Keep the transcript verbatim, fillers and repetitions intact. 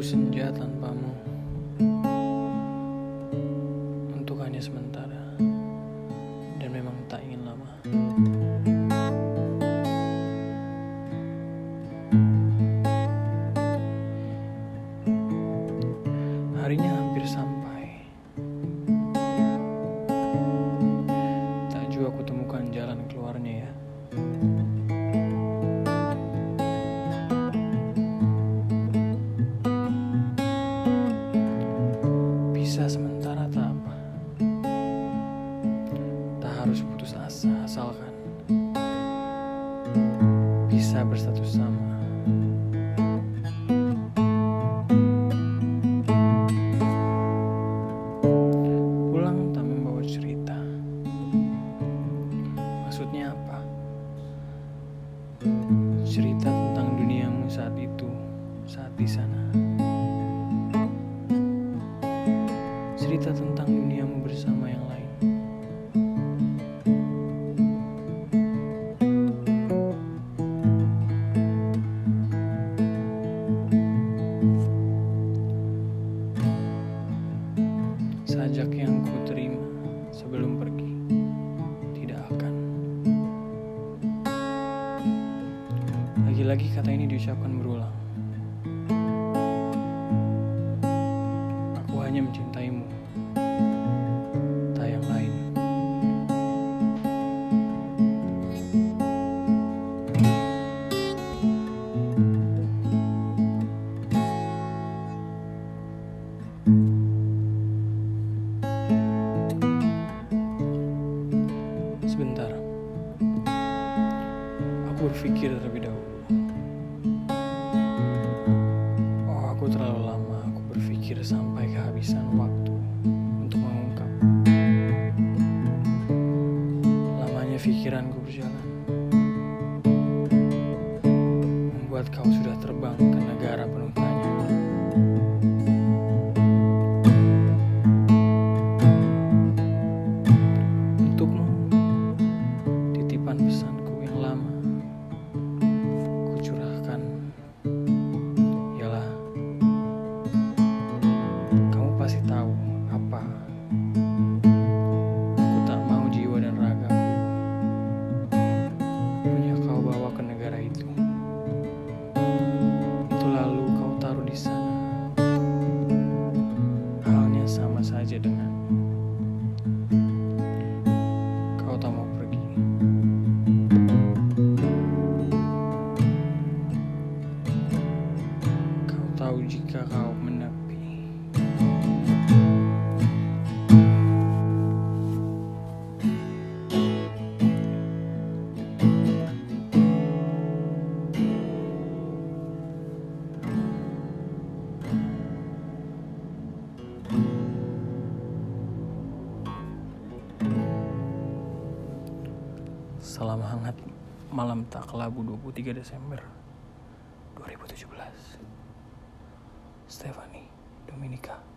senja tanpamu, untuk hanya sementara, dan memang tak ingin lama. Harinya hampir sampai, tak jua aku temukan jalan keluarnya ya. Bisa sementara tak apa, tak harus putus asa asalkan bisa berstatus sama. Pulang tak membawa cerita, maksudnya apa? Cerita tentang duniamu saat itu, saat di sana. Cerita tentang duniamu bersama yang lain. Sajak yang ku terima sebelum pergi tidak akan. Lagi-lagi kata ini diucapkan berulang. Aku hanya mencintaimu, tak yang lain. Sebentar, aku berpikir terlebih dahulu. Oh, aku terlalu lama aku berpikir sampai kehabisan waktu untuk mengungkap. Lamanya pikiranku berjalan, membuat kau sudah terbang ke negara penuh tanya. Untukmu, titipan pesanku yang lama ku curahkan. Yalah, kamu pasti tahu apa aku tak mau jiwa dan ragaku punya kau bawa ke negara itu. Itu lalu kau taruh di sana. Halnya sama saja dengan kau tak mau pergi. Kau tahu jika kau menepi. Salam hangat malam tak kelabu dua puluh tiga Desember dua ribu tujuh belas. Stephanie Dominika.